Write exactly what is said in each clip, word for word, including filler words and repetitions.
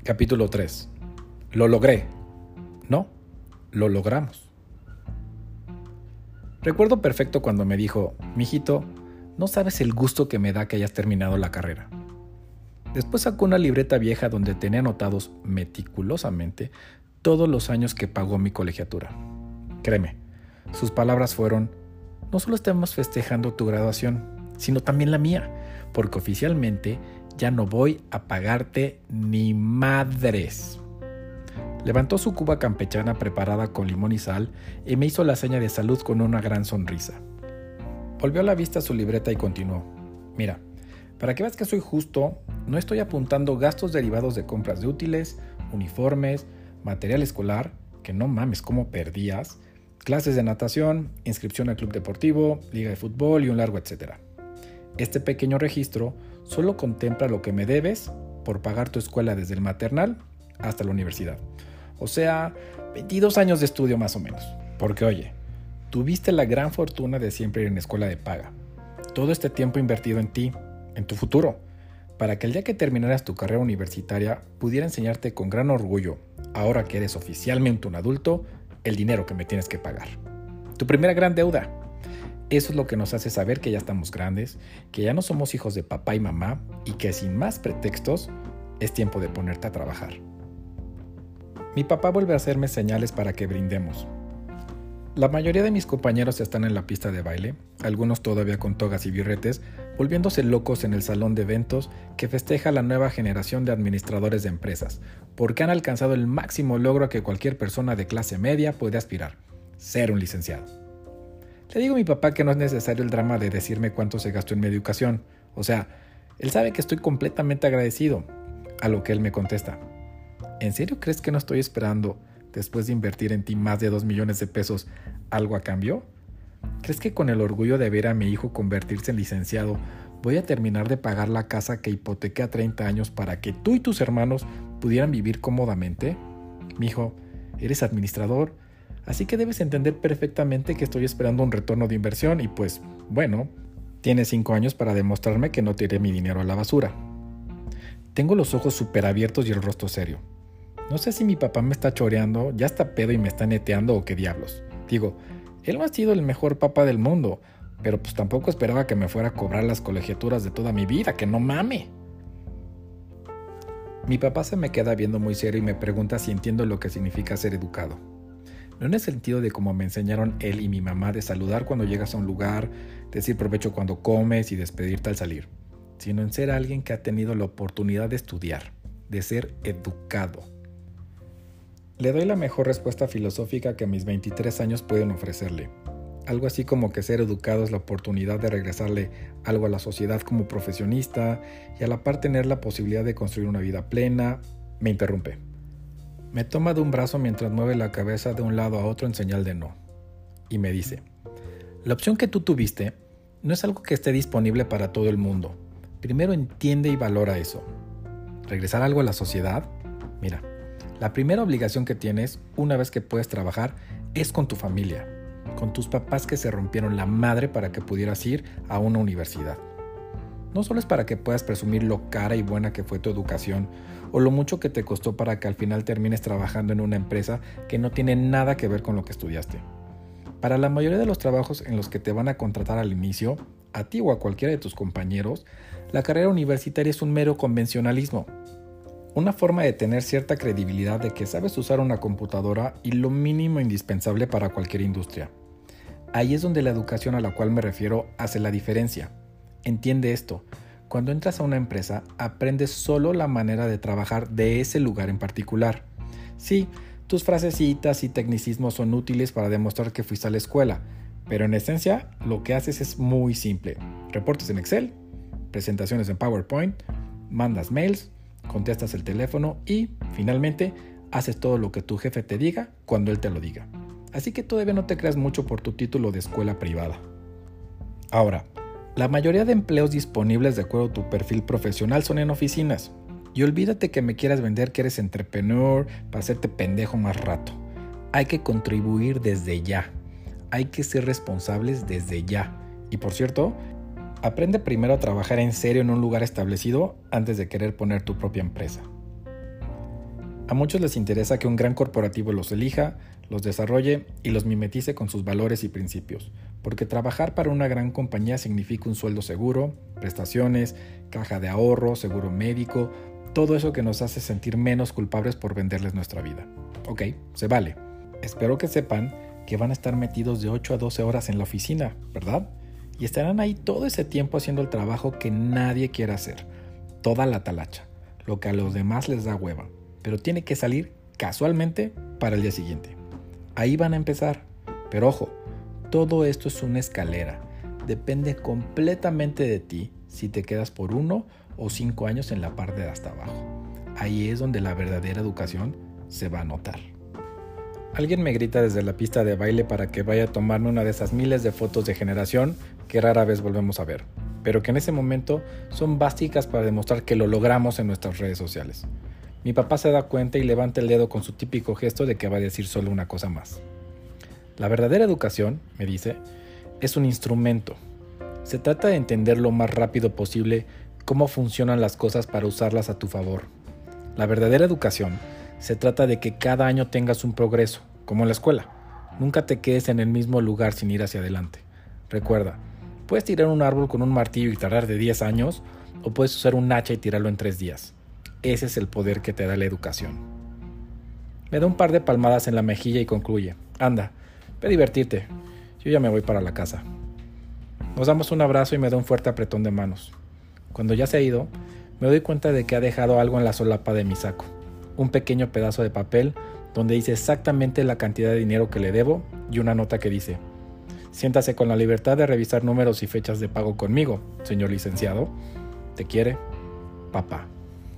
Capítulo tres. Lo logré. No, lo logramos. Recuerdo perfecto cuando me dijo, mijito, no sabes el gusto que me da que hayas terminado la carrera. Después sacó una libreta vieja donde tenía anotados meticulosamente todos los años que pagó mi colegiatura. Créeme, sus palabras fueron, no solo estamos festejando tu graduación, sino también la mía, porque oficialmente ya no voy a pagarte ni madres. Levantó su cuba campechana preparada con limón y sal y me hizo la seña de salud con una gran sonrisa. Volvió la vista a su libreta y continuó. Mira, para que veas que soy justo, no estoy apuntando gastos derivados de compras de útiles, uniformes, material escolar, que no mames cómo perdías, clases de natación, inscripción al club deportivo, liga de fútbol y un largo etcétera. Este pequeño registro solo contempla lo que me debes por pagar tu escuela desde el maternal hasta la universidad. O sea, veintidós años de estudio más o menos. Porque oye, tuviste la gran fortuna de siempre ir en escuela de paga. Todo este tiempo invertido en ti, en tu futuro, para que el día que terminaras tu carrera universitaria pudiera enseñarte con gran orgullo, ahora que eres oficialmente un adulto, el dinero que me tienes que pagar. Tu primera gran deuda. Eso es lo que nos hace saber que ya estamos grandes, que ya no somos hijos de papá y mamá y que sin más pretextos es tiempo de ponerte a trabajar. Mi papá vuelve a hacerme señales para que brindemos. La mayoría de mis compañeros están en la pista de baile, algunos todavía con togas y birretes, volviéndose locos en el salón de eventos que festeja la nueva generación de administradores de empresas, porque han alcanzado el máximo logro a que cualquier persona de clase media puede aspirar, ser un licenciado. Le digo a mi papá que no es necesario el drama de decirme cuánto se gastó en mi educación, o sea, él sabe que estoy completamente agradecido, a lo que él me contesta. ¿En serio crees que no estoy esperando, después de invertir en ti más de dos millones de pesos, algo a cambio? ¿Crees que con el orgullo de ver a mi hijo convertirse en licenciado, voy a terminar de pagar la casa que hipotequé a treinta años para que tú y tus hermanos pudieran vivir cómodamente? Mijo, eres administrador, así que debes entender perfectamente que estoy esperando un retorno de inversión y pues, bueno, tienes cinco años para demostrarme que no tiré mi dinero a la basura. Tengo los ojos súper abiertos y el rostro serio. No sé si mi papá me está choreando, ya está pedo y me está neteando o qué diablos. Digo, él no ha sido el mejor papá del mundo, pero pues tampoco esperaba que me fuera a cobrar las colegiaturas de toda mi vida, que no mame. Mi papá se me queda viendo muy serio y me pregunta si entiendo lo que significa ser educado. No en el sentido de como me enseñaron él y mi mamá de saludar cuando llegas a un lugar, decir provecho cuando comes y despedirte al salir, sino en ser alguien que ha tenido la oportunidad de estudiar, de ser educado. Le doy la mejor respuesta filosófica que mis veintitrés años pueden ofrecerle. Algo así como que ser educado es la oportunidad de regresarle algo a la sociedad como profesionista y a la par tener la posibilidad de construir una vida plena. Me interrumpe. Me toma de un brazo mientras mueve la cabeza de un lado a otro en señal de no. Y me dice, la opción que tú tuviste no es algo que esté disponible para todo el mundo. Primero entiende y valora eso. ¿Regresar algo a la sociedad? Mira, la primera obligación que tienes, una vez que puedes trabajar, es con tu familia, con tus papás que se rompieron la madre para que pudieras ir a una universidad. No solo es para que puedas presumir lo cara y buena que fue tu educación, o lo mucho que te costó para que al final termines trabajando en una empresa que no tiene nada que ver con lo que estudiaste. Para la mayoría de los trabajos en los que te van a contratar al inicio, a ti o a cualquiera de tus compañeros, la carrera universitaria es un mero convencionalismo. Una forma de tener cierta credibilidad de que sabes usar una computadora y lo mínimo indispensable para cualquier industria. Ahí es donde la educación a la cual me refiero hace la diferencia. Entiende esto. Cuando entras a una empresa, aprendes solo la manera de trabajar de ese lugar en particular. Sí, tus frasecitas y tecnicismos son útiles para demostrar que fuiste a la escuela, pero en esencia lo que haces es muy simple. Reportes en Excel, presentaciones en PowerPoint, mandas mails, contestas el teléfono y, finalmente, haces todo lo que tu jefe te diga cuando él te lo diga. Así que todavía no te creas mucho por tu título de escuela privada. Ahora, la mayoría de empleos disponibles de acuerdo a tu perfil profesional son en oficinas. Y olvídate que me quieras vender que eres entrepreneur para hacerte pendejo más rato. Hay que contribuir desde ya. Hay que ser responsables desde ya. Y por cierto, aprende primero a trabajar en serio en un lugar establecido antes de querer poner tu propia empresa. A muchos les interesa que un gran corporativo los elija, los desarrolle y los mimetice con sus valores y principios, porque trabajar para una gran compañía significa un sueldo seguro, prestaciones, caja de ahorro, seguro médico, todo eso que nos hace sentir menos culpables por venderles nuestra vida. Ok, se vale. Espero que sepan que van a estar metidos de ocho a doce horas en la oficina, ¿verdad? Y estarán ahí todo ese tiempo haciendo el trabajo que nadie quiere hacer, toda la talacha, lo que a los demás les da hueva, pero tiene que salir casualmente para el día siguiente. Ahí van a empezar, pero ojo, todo esto es una escalera, depende completamente de ti si te quedas por uno o cinco años en la parte de hasta abajo. Ahí es donde la verdadera educación se va a notar. Alguien me grita desde la pista de baile para que vaya a tomarme una de esas miles de fotos de generación que rara vez volvemos a ver, pero que en ese momento son básicas para demostrar que lo logramos en nuestras redes sociales. Mi papá se da cuenta y levanta el dedo con su típico gesto de que va a decir solo una cosa más. La verdadera educación, me dice, es un instrumento. Se trata de entender lo más rápido posible cómo funcionan las cosas para usarlas a tu favor. La verdadera educación se trata de que cada año tengas un progreso, como en la escuela. Nunca te quedes en el mismo lugar sin ir hacia adelante. Recuerda, puedes tirar un árbol con un martillo y tardar de diez años, o puedes usar un hacha y tirarlo en tres días. Ese es el poder que te da la educación. Me da un par de palmadas en la mejilla y concluye. Anda, ve a divertirte. Yo ya me voy para la casa. Nos damos un abrazo y me da un fuerte apretón de manos. Cuando ya se ha ido, me doy cuenta de que ha dejado algo en la solapa de mi saco. Un pequeño pedazo de papel donde dice exactamente la cantidad de dinero que le debo y una nota que dice: siéntase con la libertad de revisar números y fechas de pago conmigo, señor licenciado. Te quiere, papá.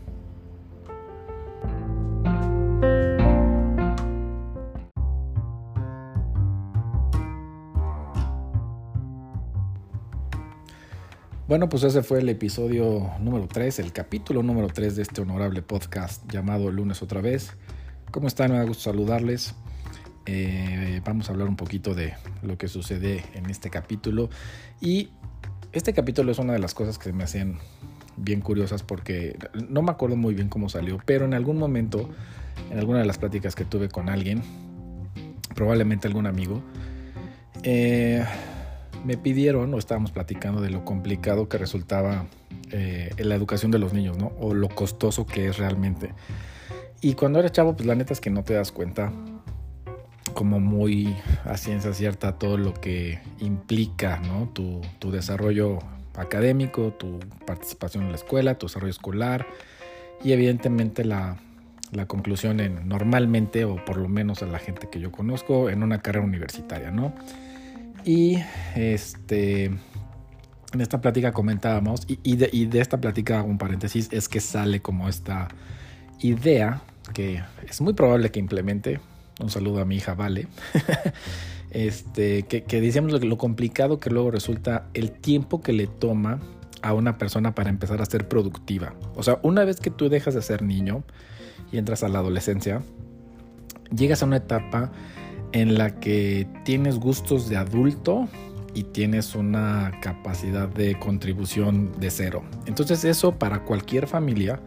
Bueno, pues ese fue el episodio número tres, el capítulo número tres de este honorable podcast llamado Lunes Otra Vez. ¿Cómo están? Me da gusto saludarles. Eh, vamos a hablar un poquito de lo que sucede en este capítulo. Y este capítulo es una de las cosas que me hacen bien curiosas porque no me acuerdo muy bien cómo salió, pero en algún momento, en alguna de las pláticas que tuve con alguien, probablemente algún amigo, eh... me pidieron o estábamos platicando de lo complicado que resultaba eh, en la educación de los niños, ¿no? O lo costoso que es realmente. Y cuando eres chavo, pues la neta es que no te das cuenta como muy a ciencia cierta todo lo que implica, ¿no? Tu, tu desarrollo académico, tu participación en la escuela, tu desarrollo escolar y evidentemente la, la conclusión en normalmente, o por lo menos a la gente que yo conozco, en una carrera universitaria, ¿no? Y este, en esta plática comentábamos, y, y, de, y de esta plática, un paréntesis, es que sale como esta idea que es muy probable que implemente. Un saludo a mi hija Vale. este, que, que decíamos lo, lo complicado que luego resulta el tiempo que le toma a una persona para empezar a ser productiva. O sea, una vez que tú dejas de ser niño y entras a la adolescencia, llegas a una etapa en la que tienes gustos de adulto y tienes una capacidad de contribución de cero. Entonces eso para cualquier familia,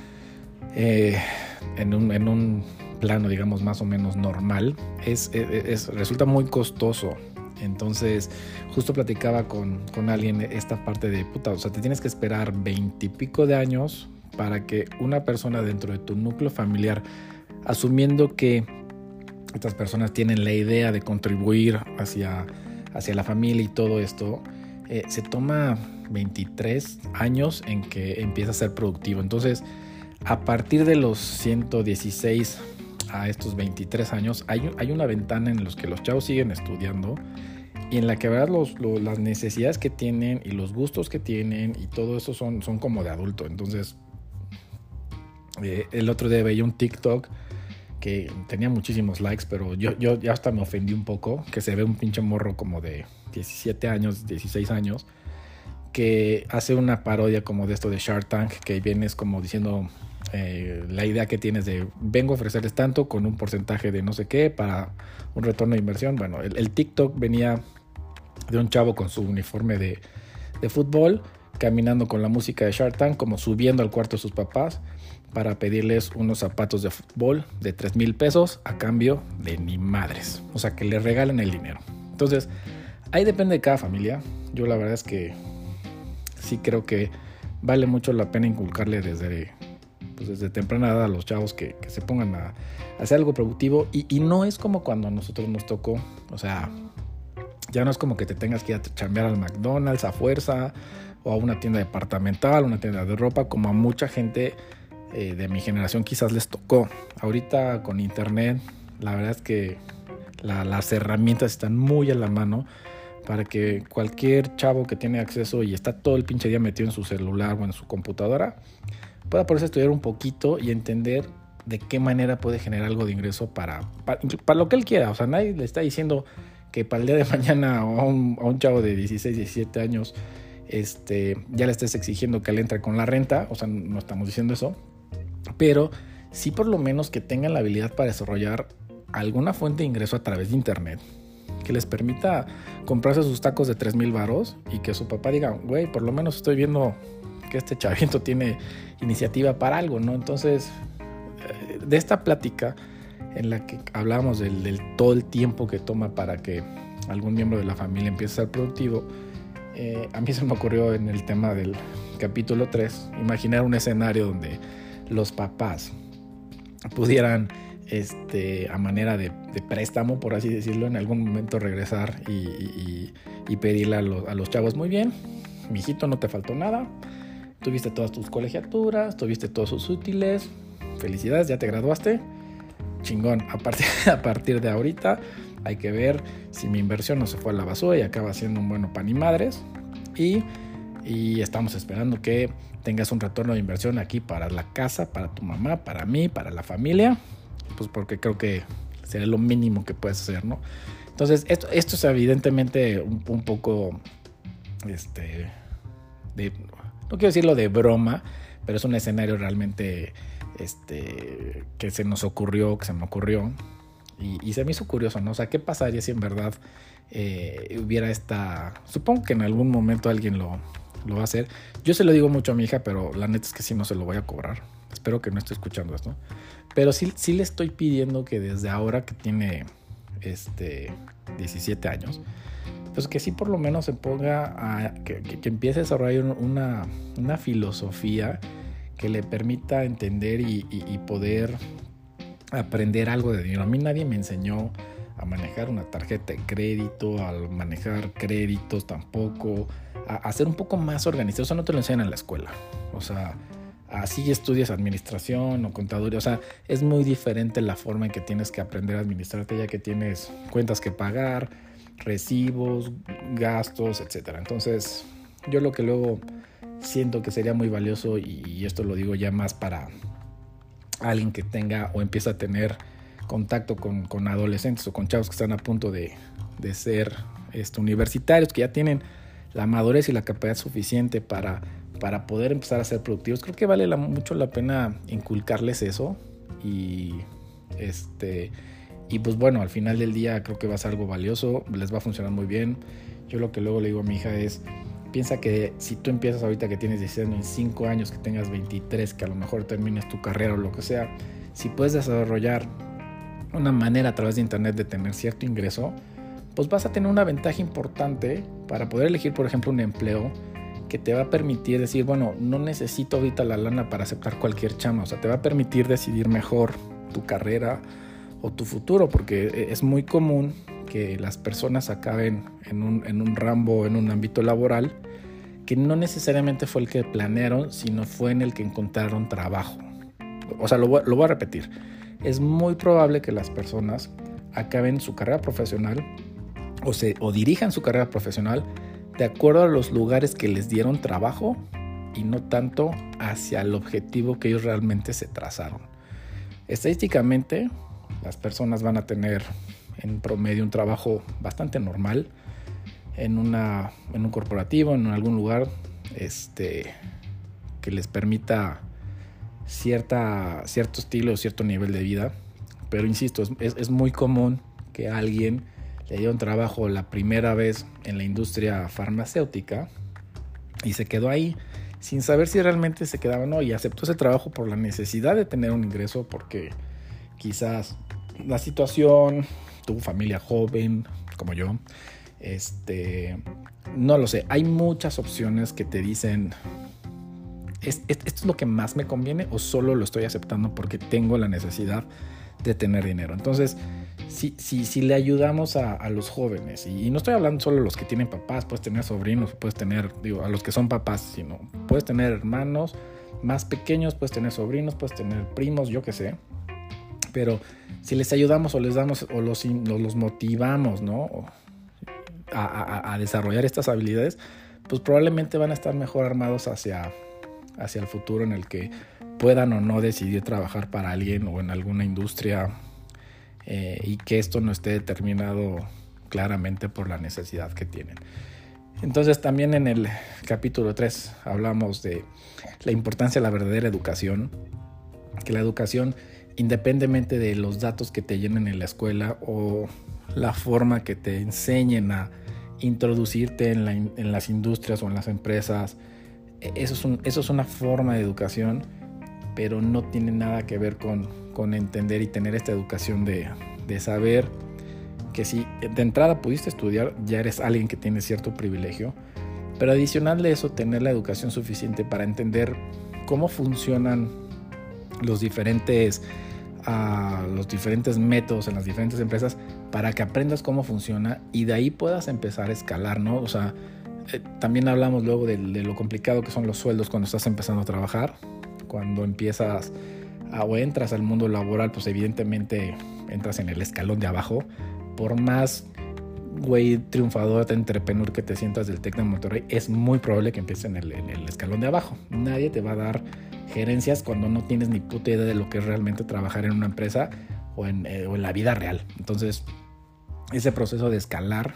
eh, en, un, en un plano digamos más o menos normal, es, es, es, resulta muy costoso. Entonces justo platicaba con, con alguien esta parte de puta, o sea, te tienes que esperar veintipico de años para que una persona dentro de tu núcleo familiar, asumiendo que estas personas tienen la idea de contribuir hacia, hacia la familia y todo esto, eh, se toma veintitrés años en que empieza a ser productivo. Entonces, a partir de los ciento dieciséis a estos veintitrés años, hay, hay una ventana en la que los chavos siguen estudiando y en la que ¿verdad? Los, los, las necesidades que tienen y los gustos que tienen y todo eso son, son como de adulto. Entonces, eh, el otro día veía un TikTok que tenía muchísimos likes, pero yo, yo ya hasta me ofendí un poco, que se ve un pinche morro como de diecisiete años, dieciséis años, que hace una parodia como de esto de Shark Tank, que vienes como diciendo eh, la idea que tienes de vengo a ofrecerles tanto con un porcentaje de no sé qué para un retorno de inversión. Bueno, el, el TikTok venía de un chavo con su uniforme de, de fútbol, caminando con la música de Shark Tank, como subiendo al cuarto de sus papás para pedirles unos zapatos de fútbol de tres mil pesos a cambio de ni madres. O sea, que le regalen el dinero. Entonces, ahí depende de cada familia. Yo la verdad es que sí creo que vale mucho la pena inculcarle desde, pues desde temprana edad a los chavos que, que se pongan a, a hacer algo productivo. Y, y no es como cuando a nosotros nos tocó. O sea, ya no es como que te tengas que ir a chambear al McDonald's a fuerza, o a una tienda departamental, una tienda de ropa, como a mucha gente eh, de mi generación quizás les tocó. Ahorita con internet, la verdad es que la, las herramientas están muy a la mano para que cualquier chavo que tiene acceso y está todo el pinche día metido en su celular o en su computadora pueda poderse estudiar un poquito y entender de qué manera puede generar algo de ingreso para, para, para lo que él quiera. O sea, nadie le está diciendo que para el día de mañana a un, a un chavo de dieciséis, diecisiete años este, ya le estés exigiendo que le entre con la renta. O sea, no estamos diciendo eso, pero sí por lo menos que tengan la habilidad para desarrollar alguna fuente de ingreso a través de internet que les permita comprarse sus tacos de tres mil varos y que su papá diga, güey, por lo menos estoy viendo que este chavito tiene iniciativa para algo, ¿no? Entonces, de esta plática en la que hablamos del, del todo el tiempo que toma para que algún miembro de la familia empiece a ser productivo, eh, a mí se me ocurrió en el tema del capítulo tres, imaginar un escenario donde los papás pudieran Este, a manera de, de préstamo, por así decirlo, en algún momento regresar y, y, y pedirle a los, a los chavos, muy bien, mijito, no te faltó nada, tuviste todas tus colegiaturas, tuviste todos sus útiles, felicidades, ya te graduaste, chingón, a partir, a partir de ahorita hay que ver si mi inversión no se fue a la basura y acaba siendo un bueno pan y madres, y, y estamos esperando que tengas un retorno de inversión aquí para la casa, para tu mamá, para mí, para la familia, pues porque creo que sería lo mínimo que puedes hacer, ¿no? Entonces, esto, esto es evidentemente un, un poco, este, de, no quiero decirlo de broma, pero es un escenario realmente, este, que se nos ocurrió, que se me ocurrió, y, y se me hizo curioso, ¿no? O sea, ¿qué pasaría si en verdad eh, hubiera esta, supongo que en algún momento alguien lo, lo va a hacer? Yo se lo digo mucho a mi hija, pero la neta es que sí no se lo voy a cobrar. Espero que no esté escuchando esto. Pero sí, sí le estoy pidiendo que desde ahora que tiene este, diecisiete años, pues que sí por lo menos se ponga a... Que, que, que empiece a desarrollar una, una filosofía que le permita entender y, y, y poder aprender algo de dinero. A mí nadie me enseñó a manejar una tarjeta de crédito, a manejar créditos tampoco, a, a ser un poco más organizado. Eso no te lo enseñan en la escuela. O sea... Así estudias administración o contaduría, o sea, es muy diferente la forma en que tienes que aprender a administrarte ya que tienes cuentas que pagar, recibos, gastos, etcétera. Entonces, yo lo que luego siento que sería muy valioso, y esto lo digo ya más para alguien que tenga o empieza a tener contacto con, con adolescentes o con chavos que están a punto de, de ser este, universitarios, que ya tienen la madurez y la capacidad suficiente para... para poder empezar a ser productivos. Creo que vale la, mucho la pena inculcarles eso y este y pues bueno, al final del día creo que va a ser algo valioso, les va a funcionar muy bien. Yo lo que luego le digo a mi hija es, piensa que si tú empiezas ahorita que tienes dieciséis años, en cinco años que tengas veintitrés, que a lo mejor termines tu carrera o lo que sea, si puedes desarrollar una manera a través de internet de tener cierto ingreso, pues vas a tener una ventaja importante para poder elegir, por ejemplo, un empleo que te va a permitir decir, bueno, no necesito ahorita la lana para aceptar cualquier chamba. O sea, te va a permitir decidir mejor tu carrera o tu futuro, porque es muy común que las personas acaben en un, en un ramo, en un ámbito laboral, que no necesariamente fue el que planearon, sino fue en el que encontraron trabajo. O sea, lo voy, lo voy a repetir. Es muy probable que las personas acaben su carrera profesional o, se, o dirijan su carrera profesional de acuerdo a los lugares que les dieron trabajo y no tanto hacia el objetivo que ellos realmente se trazaron. Estadísticamente, las personas van a tener en promedio un trabajo bastante normal en, una, en un corporativo, en algún lugar este, que les permita cierta, cierto estilo, cierto nivel de vida. Pero insisto, es, es, es muy común que alguien le dio un trabajo la primera vez en la industria farmacéutica y se quedó ahí sin saber si realmente se quedaba o no, y aceptó ese trabajo por la necesidad de tener un ingreso, porque quizás la situación, tu familia joven como yo, este, no lo sé, hay muchas opciones que te dicen ¿Es, es, ¿esto es lo que más me conviene o solo lo estoy aceptando porque tengo la necesidad de tener dinero? Entonces, si, si, si le ayudamos a, a los jóvenes, y, y no estoy hablando solo de los que tienen papás, puedes tener sobrinos, puedes tener, digo, a los que son papás, sino puedes tener hermanos más pequeños, puedes tener sobrinos, puedes tener primos, yo qué sé, pero si les ayudamos o les damos o los, los motivamos, ¿no? A, a, a desarrollar estas habilidades, pues probablemente van a estar mejor armados hacia hacia el futuro, en el que puedan o no decidir trabajar para alguien o en alguna industria, eh, y que esto no esté determinado claramente por la necesidad que tienen. Entonces, también en el capítulo tres hablamos de la importancia de la verdadera educación, que la educación, independientemente de los datos que te llenen en la escuela o la forma que te enseñen a introducirte en, la, en las industrias o en las empresas, Eso es, un, eso es una forma de educación, pero no tiene nada que ver con, con entender y tener esta educación de, de saber que si de entrada pudiste estudiar, ya eres alguien que tiene cierto privilegio, pero adicional de eso, tener la educación suficiente para entender cómo funcionan los diferentes, uh, los diferentes métodos en las diferentes empresas, para que aprendas cómo funciona y de ahí puedas empezar a escalar, ¿no? O sea, Eh, también hablamos luego de, de lo complicado que son los sueldos cuando estás empezando a trabajar. Cuando empiezas a, o entras al mundo laboral, pues evidentemente entras en el escalón de abajo. Por más güey triunfador, entrepreneur que te sientas del Tec de Monterrey, es muy probable que empieces en el, en el escalón de abajo. Nadie te va a dar gerencias cuando no tienes ni puta idea de lo que es realmente trabajar en una empresa o en, eh, o en la vida real. Entonces, ese proceso de escalar,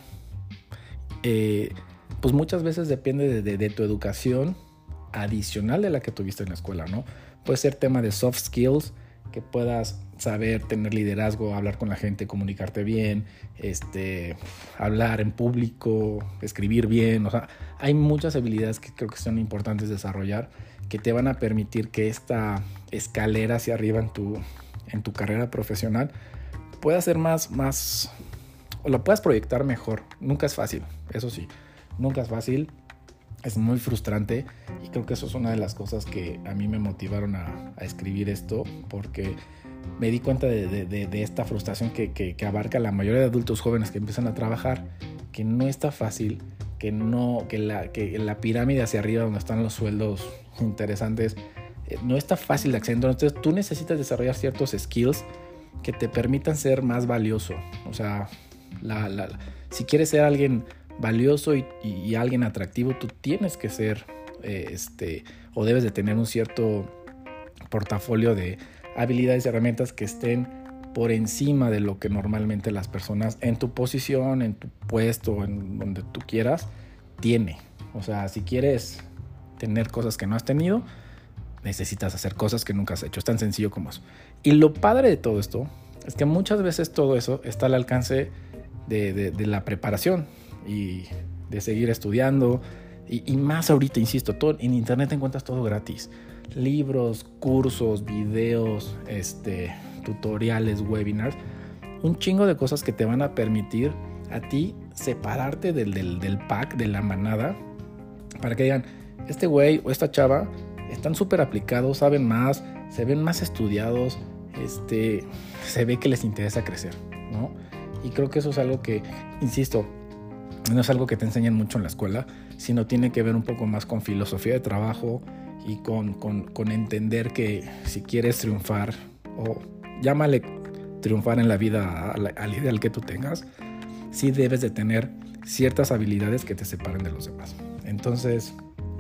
eh, pues muchas veces depende de, de, de tu educación adicional de la que tuviste en la escuela, ¿no? Puede ser tema de soft skills, que puedas saber tener liderazgo, hablar con la gente, comunicarte bien, este, hablar en público, escribir bien. O sea, hay muchas habilidades que creo que son importantes desarrollar, que te van a permitir que esta escalera hacia arriba en tu, en tu carrera profesional pueda ser más, más, o la puedas proyectar mejor. Nunca es fácil, eso sí. Nunca es fácil, es muy frustrante, y creo que eso es una de las cosas que a mí me motivaron a, a escribir esto, porque me di cuenta de, de, de, de esta frustración que, que, que abarca la mayoría de adultos jóvenes que empiezan a trabajar, que no está fácil, que, no, que, la, que la pirámide hacia arriba donde están los sueldos interesantes, eh, no está fácil de acceder. Entonces tú necesitas desarrollar ciertos skills que te permitan ser más valioso. O sea, la, la, si quieres ser alguien valioso y, y, y alguien atractivo, tú tienes que ser eh, este, o debes de tener un cierto portafolio de habilidades y herramientas que estén por encima de lo que normalmente las personas en tu posición, en tu puesto, en donde tú quieras, tiene. O sea, si quieres tener cosas que no has tenido, necesitas hacer cosas que nunca has hecho. Es tan sencillo como eso. Y lo padre de todo esto es que muchas veces todo eso está al alcance de, de, de la preparación y de seguir estudiando, y, y más ahorita, insisto, todo, en internet encuentras todo gratis, libros, cursos, videos, este, tutoriales, webinars, un chingo de cosas que te van a permitir a ti separarte del, del, del pack, de la manada, para que digan, este güey o esta chava están súper aplicados, saben más, se ven más estudiados, este, se ve que les interesa crecer, ¿no? Y creo que eso es algo que, insisto, no es algo que te enseñan mucho en la escuela, sino tiene que ver un poco más con filosofía de trabajo y con, con, con entender que si quieres triunfar, o llámale triunfar en la vida al, al ideal que tú tengas, sí debes de tener ciertas habilidades que te separen de los demás. Entonces,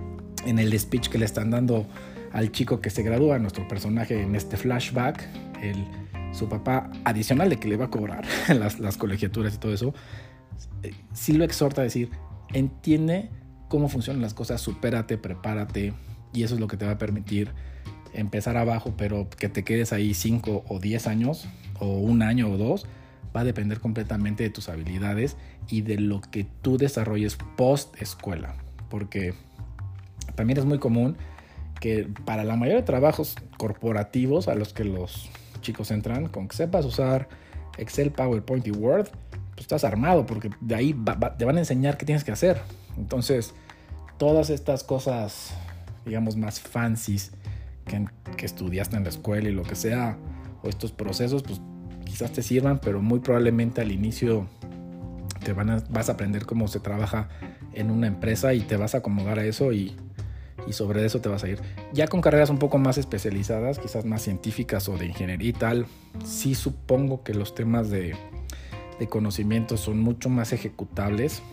en el speech que le están dando al chico que se gradúa, nuestro personaje en este flashback, el, su papá, adicional de que le va a cobrar las, las colegiaturas y todo eso, sí lo exhorta a decir, entiende cómo funcionan las cosas, supérate, prepárate, y eso es lo que te va a permitir empezar abajo, pero que te quedes ahí cinco o diez años, o un año o dos, va a depender completamente de tus habilidades y de lo que tú desarrolles post escuela, porque también es muy común que para la mayoría de trabajos corporativos a los que los chicos entran, con que sepas usar Excel, PowerPoint y Word, pues estás armado, porque de ahí va, va, te van a enseñar qué tienes que hacer. Entonces, todas estas cosas, digamos, más fancies que, que estudiaste en la escuela y lo que sea, o estos procesos, pues quizás te sirvan, pero muy probablemente al inicio te van a, vas a aprender cómo se trabaja en una empresa y te vas a acomodar a eso y, y sobre eso te vas a ir. Ya con carreras un poco más especializadas, quizás más científicas o de ingeniería y tal, sí supongo que los temas de, de conocimiento son mucho más ejecutables.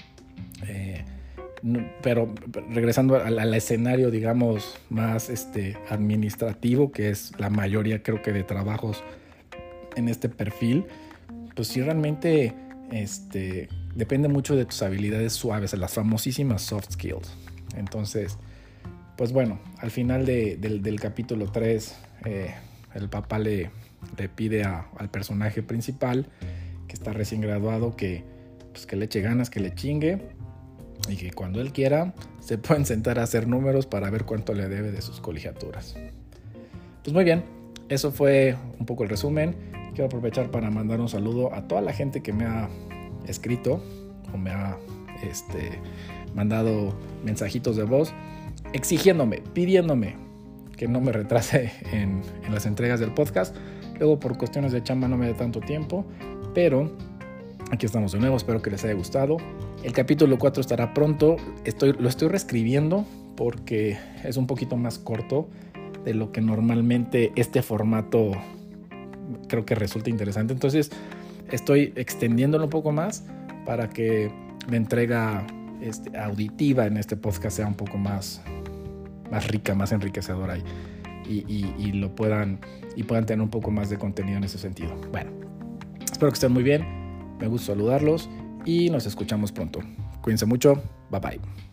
Eh, no, pero regresando al, al escenario, digamos, más este, administrativo, que es la mayoría creo que de trabajos en este perfil, pues sí realmente este, depende mucho de tus habilidades suaves, las famosísimas soft skills. Entonces, pues bueno, al final de, del, del capítulo tres, eh, el papá le, le pide a, al personaje principal, que está recién graduado, que, pues que le eche ganas, que le chingue, y que cuando él quiera se pueden sentar a hacer números para ver cuánto le debe de sus colegiaturas. Pues muy bien, eso fue un poco el resumen. Quiero aprovechar para mandar un saludo a toda la gente que me ha escrito o me ha este, mandado mensajitos de voz exigiéndome, pidiéndome que no me retrase en, en las entregas del podcast. Luego por cuestiones de chamba no me da tanto tiempo, pero aquí estamos de nuevo, espero que les haya gustado. El capítulo cuatro estará pronto, estoy, lo estoy reescribiendo porque es un poquito más corto de lo que normalmente este formato creo que resulta interesante. Entonces estoy extendiéndolo un poco más para que la entrega este, auditiva en este podcast sea un poco más, más rica, más enriquecedora y, y, y, y lo puedan, y puedan tener un poco más de contenido en ese sentido. Bueno, espero que estén muy bien, me gusta saludarlos y nos escuchamos pronto. Cuídense mucho, bye bye.